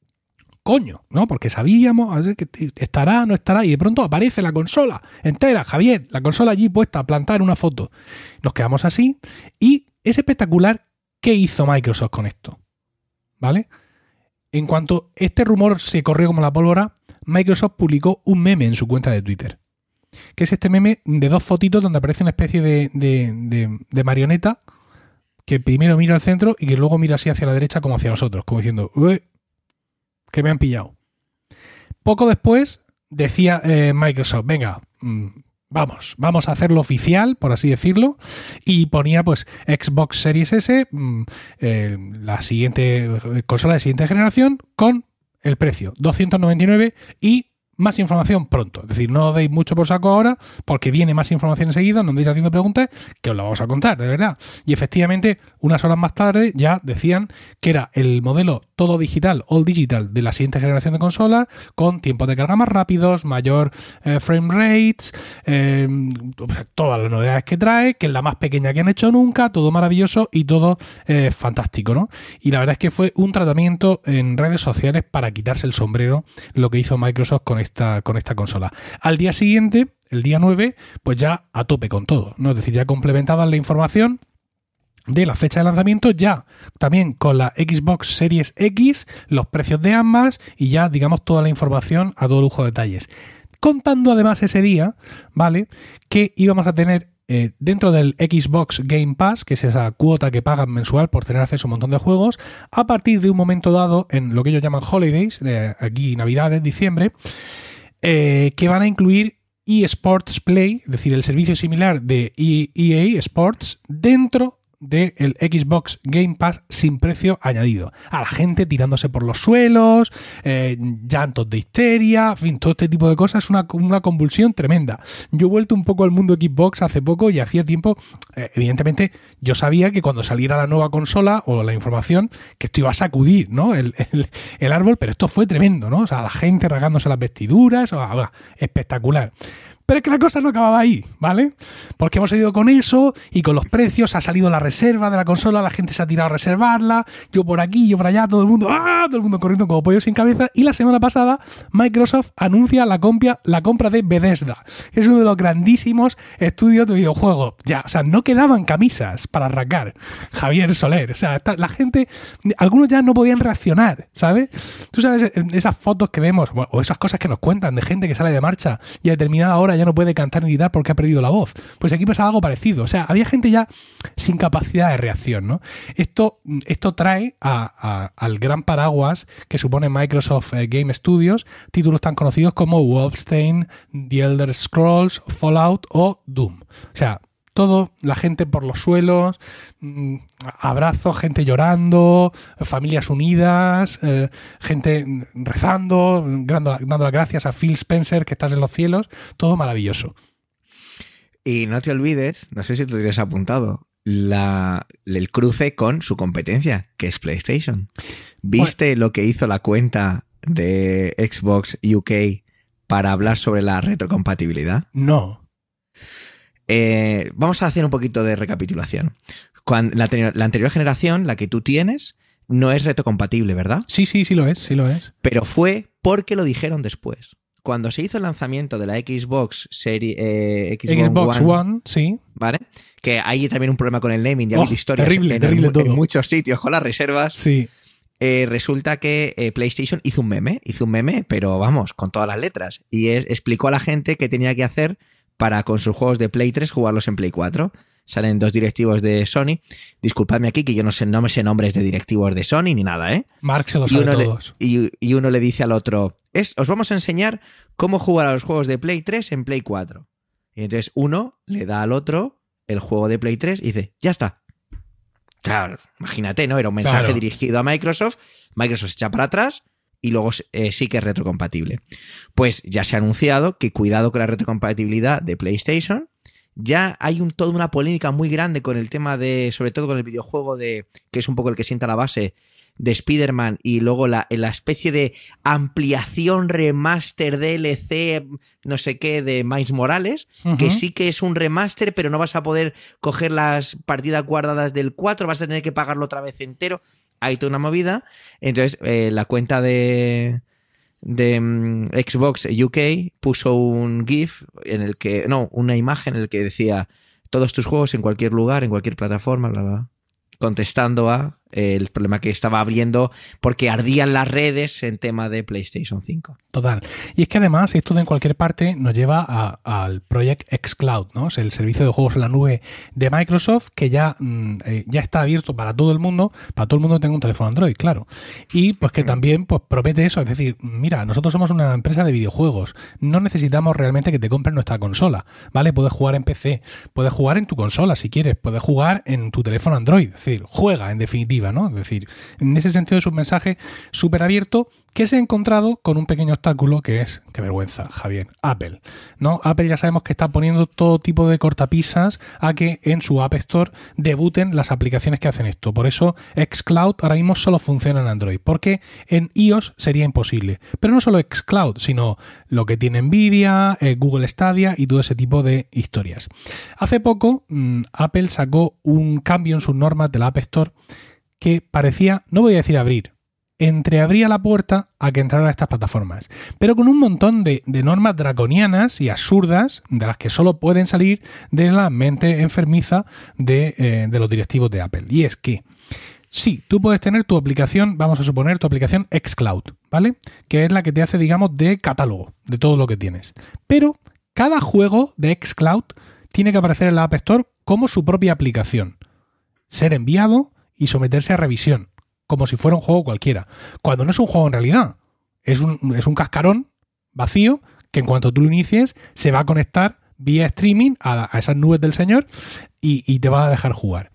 coño, ¿no? Porque sabíamos, a ver, que estará, no estará, y de pronto aparece la consola entera, Javier, la consola allí puesta, a plantar una foto. Nos quedamos así, y es espectacular qué hizo Microsoft con esto, ¿vale? En cuanto este rumor se corrió como la pólvora, Microsoft publicó un meme en su cuenta de Twitter, que es este meme de dos fotitos donde aparece una especie de, de, de, de marioneta que primero mira al centro y que luego mira así hacia la derecha como hacia nosotros, como diciendo, uy, que me han pillado. Poco después decía eh, Microsoft, venga, mmm, vamos, vamos a hacerlo oficial, por así decirlo, y ponía pues Xbox Series S, mmm, eh, la siguiente consola de siguiente generación, con el precio, doscientos noventa y nueve y más información pronto. Es decir, no os deis mucho por saco ahora porque viene más información enseguida, no andéis haciendo preguntas que os la vamos a contar, de verdad. Y efectivamente, unas horas más tarde ya decían que era el modelo todo digital, all digital, de la siguiente generación de consolas, con tiempos de carga más rápidos, mayor eh, frame rates, eh, todas las novedades que trae, que es la más pequeña que han hecho nunca, todo maravilloso y todo eh, fantástico, ¿no? Y la verdad es que fue un tratamiento en redes sociales para quitarse el sombrero lo que hizo Microsoft con esta, con esta consola. Al día siguiente, el día nueve, pues ya a tope con todo, ¿no? Es decir, ya complementaban la información de la fecha de lanzamiento, ya también con la Xbox Series X, los precios de ambas y ya, digamos, toda la información a todo lujo de detalles. Contando además ese día, ¿vale?, que íbamos a tener eh, dentro del Xbox Game Pass, que es esa cuota que pagan mensual por tener acceso a un montón de juegos, a partir de un momento dado, en lo que ellos llaman Holidays, eh, aquí Navidades, diciembre, eh, que van a incluir eSports Play, es decir, el servicio similar de E A Sports dentro del Xbox Game Pass sin precio añadido. A la gente tirándose por los suelos, eh, llantos de histeria, en fin, todo este tipo de cosas, es una, una convulsión tremenda. Yo he vuelto un poco al mundo Xbox hace poco y hacía tiempo, eh, evidentemente, yo sabía que cuando saliera la nueva consola o la información, que esto iba a sacudir, ¿no?, el, el, el árbol, pero esto fue tremendo, ¿no? O sea, la gente rasgándose las vestiduras, o sea, espectacular. Pero es que la cosa no acababa ahí, ¿vale? Porque hemos ido con eso y con los precios, ha salido la reserva de la consola, la gente se ha tirado a reservarla, yo por aquí, yo por allá, todo el mundo, ¡ah!, todo el mundo corriendo como pollo sin cabeza. Y la semana pasada Microsoft anuncia la compra, la compra de Bethesda, que es uno de los grandísimos estudios de videojuegos. Ya, o sea, no quedaban camisas para arrancar, Javier Soler. O sea, la gente, algunos ya no podían reaccionar, ¿sabes? Tú sabes, esas fotos que vemos, o esas cosas que nos cuentan de gente que sale de marcha y a determinada hora ya no puede cantar ni gritar porque ha perdido la voz. Pues aquí pasaba algo parecido. O sea, había gente ya sin capacidad de reacción, ¿no? Esto, esto trae a, a, al gran paraguas que supone Microsoft eh, Game Studios títulos tan conocidos como Wolfenstein, The Elder Scrolls, Fallout o Doom. O sea, todo, la gente por los suelos, mmm, abrazos, gente llorando, familias unidas, eh, gente rezando, dando, dando las gracias a Phil Spencer, que estás en los cielos, todo maravilloso. Y no te olvides, no sé si tú tienes apuntado, la, el cruce con su competencia, que es PlayStation. ¿Viste bueno. lo que hizo la cuenta de Xbox U K para hablar sobre la retrocompatibilidad? No. Eh, vamos a hacer un poquito de recapitulación. Cuando la, la anterior generación, la que tú tienes, no es retrocompatible, ¿verdad? Sí, sí, sí lo es, sí lo es. Pero fue porque lo dijeron después. Cuando se hizo el lanzamiento de la Xbox Series eh, Xbox, Xbox One, One, sí. ¿Vale? Que hay también un problema con el naming, ya oh, hay historias terrible, en, terrible en, todo. en muchos sitios con las reservas. Sí. Eh, resulta que eh, PlayStation hizo un meme, hizo un meme, pero vamos, con todas las letras. Y es, explicó a la gente qué tenía que hacer para con sus juegos de Play tres jugarlos en Play cuatro. Salen dos directivos de Sony. Disculpadme aquí que yo no sé, no me sé nombres de directivos de Sony ni nada, ¿eh? Mark se lo sabe todos. Le, y, y uno le dice al otro, es, os vamos a enseñar cómo jugar a los juegos de Play tres en Play cuatro. Y entonces uno le da al otro el juego de Play tres y dice, ya está. Claro, imagínate, ¿no? Era un mensaje claro. dirigido a Microsoft. Microsoft se echa para atrás y luego eh, sí que es retrocompatible. Pues ya se ha anunciado que cuidado con la retrocompatibilidad de PlayStation. Ya hay un, toda una polémica muy grande con el tema de, sobre todo con el videojuego de, que es un poco el que sienta la base, de Spider-Man, y luego la, la especie de ampliación, remaster, D L C, no sé qué, de Miles Morales, uh-huh. que sí que es un remaster, pero no vas a poder coger las partidas guardadas del cuatro, vas a tener que pagarlo otra vez entero. Hay toda una movida. Entonces, eh, la cuenta de... de um, Xbox U K puso un GIF en el que, no, una imagen en el que decía todos tus juegos en cualquier lugar, en cualquier plataforma, bla, bla, contestando a el problema que estaba habiendo porque ardían las redes en tema de PlayStation cinco. Total. Y es que además esto de en cualquier parte nos lleva a, al Project xCloud, ¿no? Es el servicio de juegos en la nube de Microsoft que ya, eh, ya está abierto para todo el mundo, para todo el mundo que tenga un teléfono Android, claro. Y pues que también pues promete eso, es decir, mira, nosotros somos una empresa de videojuegos, no necesitamos realmente que te compres nuestra consola, ¿vale? Puedes jugar en P C, puedes jugar en tu consola si quieres, puedes jugar en tu teléfono Android, es decir, juega en definitiva, ¿no? Es decir, en ese sentido es un mensaje súper abierto que se ha encontrado con un pequeño obstáculo que es, qué vergüenza, Javier, Apple, ¿no? Apple ya sabemos que está poniendo todo tipo de cortapisas a que en su App Store debuten las aplicaciones que hacen esto. Por eso xCloud ahora mismo solo funciona en Android, porque en iOS sería imposible. Pero no solo xCloud, sino lo que tiene Nvidia, eh, Google Stadia y todo ese tipo de historias. Hace poco mmm, Apple sacó un cambio en sus normas de la App Store que parecía, no voy a decir abrir, entreabría la puerta a que entraran a estas plataformas, pero con un montón de, de normas draconianas y absurdas de las que solo pueden salir de la mente enfermiza de, eh, de los directivos de Apple. Y es que sí, tú puedes tener tu aplicación, vamos a suponer tu aplicación xCloud, ¿vale? Que es la que te hace, digamos, de catálogo de todo lo que tienes. Pero cada juego de xCloud tiene que aparecer en la App Store como su propia aplicación, ser enviado y someterse a revisión, como si fuera un juego cualquiera, cuando no es un juego en realidad, es un, es un cascarón vacío que en cuanto tú lo inicies se va a conectar vía streaming a, a esas nubes del señor y, y te va a dejar jugar.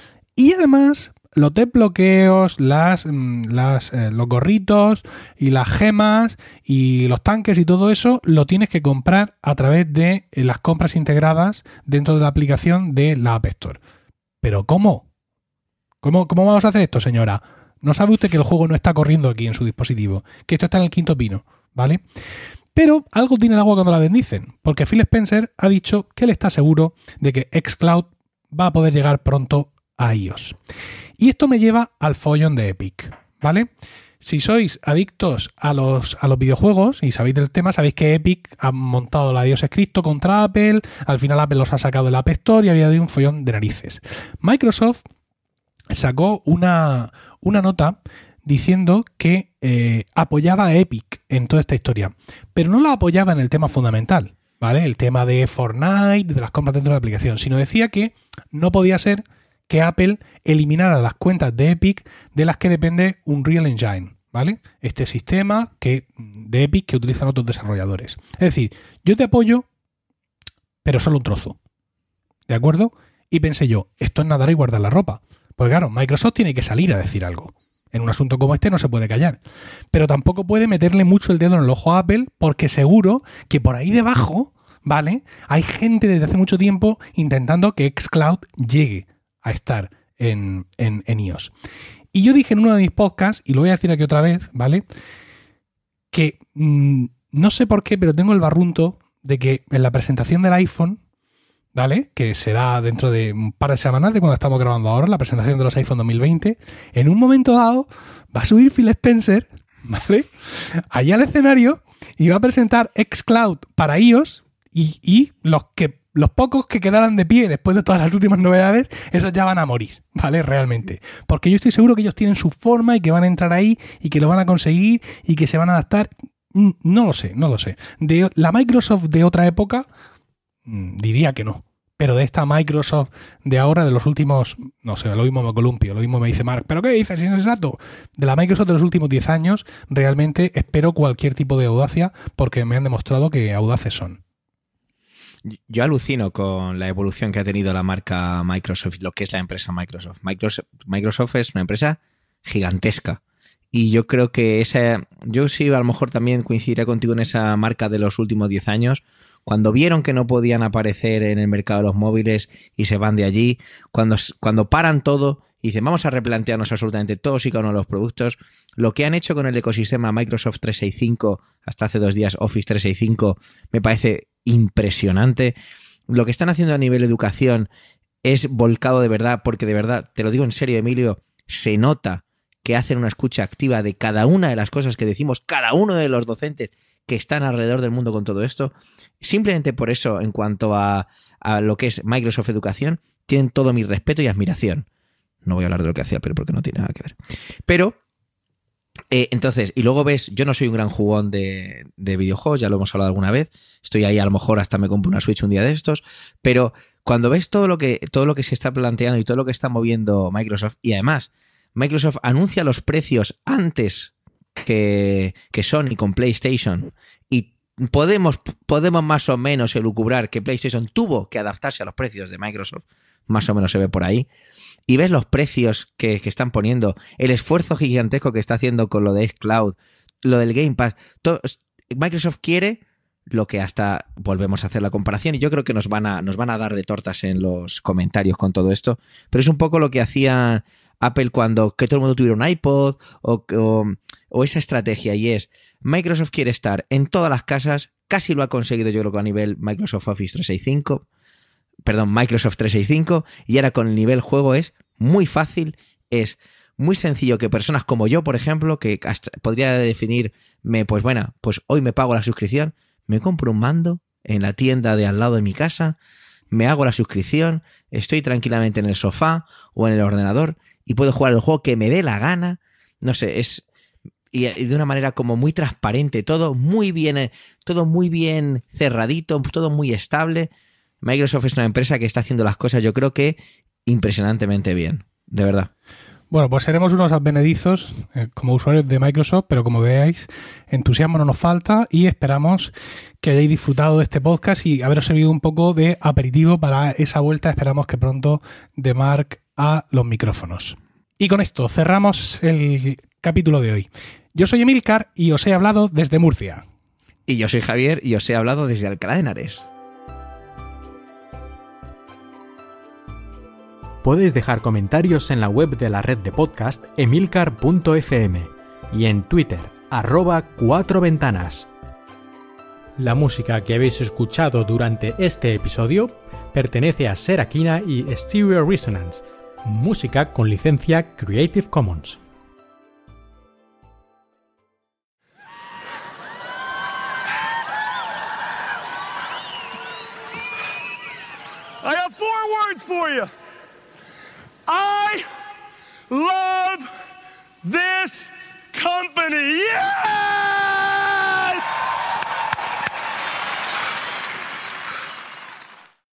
Y además los desbloqueos, las, las, eh, los gorritos y las gemas y los tanques y todo eso lo tienes que comprar a través de eh, las compras integradas dentro de la aplicación de la App Store. ¿Pero cómo? ¿Cómo, cómo vamos a hacer esto, señora? ¿No sabe usted que el juego no está corriendo aquí en su dispositivo? Que esto está en el quinto pino, ¿vale? Pero algo tiene el agua cuando la bendicen, porque Phil Spencer ha dicho que él está seguro de que xCloud va a poder llegar pronto a iOS. Y esto me lleva al follón de Epic, ¿vale? Si sois adictos a los, a los videojuegos y sabéis del tema, sabéis que Epic ha montado la Dios Cristo contra Apple, al final Apple los ha sacado de la App Store y había dado un follón de narices. Microsoft sacó una, una nota diciendo que eh, apoyaba a Epic en toda esta historia, pero no la apoyaba en el tema fundamental, ¿vale? El tema de Fortnite, de las compras dentro de la aplicación, sino decía que no podía ser que Apple eliminara las cuentas de Epic de las que depende Unreal Engine, ¿vale? Este sistema que, de Epic que utilizan otros desarrolladores. Es decir, yo te apoyo, pero solo un trozo, ¿de acuerdo? Y pensé yo, esto es nadar y guardar la ropa. Pues claro, Microsoft tiene que salir a decir algo. En un asunto como este no se puede callar. Pero tampoco puede meterle mucho el dedo en el ojo a Apple porque seguro que por ahí debajo, ¿vale? Hay gente desde hace mucho tiempo intentando que xCloud llegue a estar en, en, en iOS. Y yo dije en uno de mis podcasts, y lo voy a decir aquí otra vez, ¿vale? Que mmm, no sé por qué, pero tengo el barrunto de que en la presentación del iPhone, ¿vale? Que será dentro de un par de semanas de cuando estamos grabando ahora, la presentación de los iPhone dos mil veinte, en un momento dado va a subir Phil Spencer, ¿vale? Allá al escenario y va a presentar xCloud para iOS y, y los que los pocos que quedaran de pie después de todas las últimas novedades, esos ya van a morir, ¿vale? Realmente. Porque yo estoy seguro que ellos tienen su forma y que van a entrar ahí y que lo van a conseguir y que se van a adaptar. No lo sé, no lo sé. De la Microsoft de otra época, diría que no. Pero de esta Microsoft de ahora, de los últimos, no sé, lo mismo me columpio, lo mismo me dice Mark, ¿pero qué dices? Si no es exacto. De la Microsoft de los últimos diez años, realmente espero cualquier tipo de audacia porque me han demostrado que audaces son. Yo alucino con la evolución que ha tenido la marca Microsoft, lo que es la empresa Microsoft. Microsoft, Microsoft es una empresa gigantesca. Y yo creo que esa, yo sí a lo mejor también coincidiré contigo en esa marca de los últimos diez años, cuando vieron que no podían aparecer en el mercado de los móviles y se van de allí, cuando, cuando paran todo y dicen vamos a replantearnos absolutamente todos y cada uno de los productos, lo que han hecho con el ecosistema Microsoft trescientos sesenta y cinco, hasta hace dos días Office trescientos sesenta y cinco, me parece impresionante. Lo que están haciendo a nivel educación es volcado de verdad, porque de verdad, te lo digo en serio, Emilio, se nota que hacen una escucha activa de cada una de las cosas que decimos, cada uno de los docentes que están alrededor del mundo con todo esto. Simplemente por eso, en cuanto a, a lo que es Microsoft Educación, tienen todo mi respeto y admiración. No voy a hablar de lo que hacía Apple porque no tiene nada que ver. Pero, eh, entonces, y luego ves, yo no soy un gran jugón de, de videojuegos, ya lo hemos hablado alguna vez. Estoy ahí, a lo mejor hasta me compro una Switch un día de estos. Pero cuando ves todo lo que, todo lo que se está planteando y todo lo que está moviendo Microsoft, y además, Microsoft anuncia los precios antes que, que Sony con PlayStation, y podemos, podemos más o menos elucubrar que PlayStation tuvo que adaptarse a los precios de Microsoft, más o menos se ve por ahí, y ves los precios que, que están poniendo, el esfuerzo gigantesco que está haciendo con lo de xCloud, lo del Game Pass, todo, Microsoft quiere lo que hasta volvemos a hacer la comparación, y yo creo que nos van a, nos van a dar de tortas en los comentarios con todo esto, pero es un poco lo que hacían Apple cuando que todo el mundo tuviera un iPod o, o, o esa estrategia, y es Microsoft quiere estar en todas las casas, casi lo ha conseguido yo creo que a nivel Microsoft Office trescientos sesenta y cinco, perdón, Microsoft trescientos sesenta y cinco, y ahora con el nivel juego es muy fácil, es muy sencillo que personas como yo, por ejemplo, que hasta podría definirme, pues bueno, pues hoy me pago la suscripción, me compro un mando en la tienda de al lado de mi casa, me hago la suscripción, estoy tranquilamente en el sofá o en el ordenador y puedo jugar el juego que me dé la gana. No sé, es y de una manera como muy transparente, todo muy bien, todo muy bien cerradito, todo muy estable. Microsoft es una empresa que está haciendo las cosas, yo creo que impresionantemente bien, de verdad. Bueno, pues seremos unos advenedizos eh, como usuarios de Microsoft, pero como veáis, entusiasmo no nos falta y esperamos que hayáis disfrutado de este podcast y haberos servido un poco de aperitivo para esa vuelta. Esperamos que pronto de Mark a los micrófonos. Y con esto cerramos el capítulo de hoy. Yo soy Emilcar y os he hablado desde Murcia. Y yo soy Javier y os he hablado desde Alcalá de Henares. Puedes dejar comentarios en la web de la red de podcast emilcar punto efe eme y en Twitter, arroba cuatro ventanas. La música que habéis escuchado durante este episodio pertenece a Serakina y Stereo Resonance, música con licencia Creative Commons. I have four words for you. I love this company. Yeah!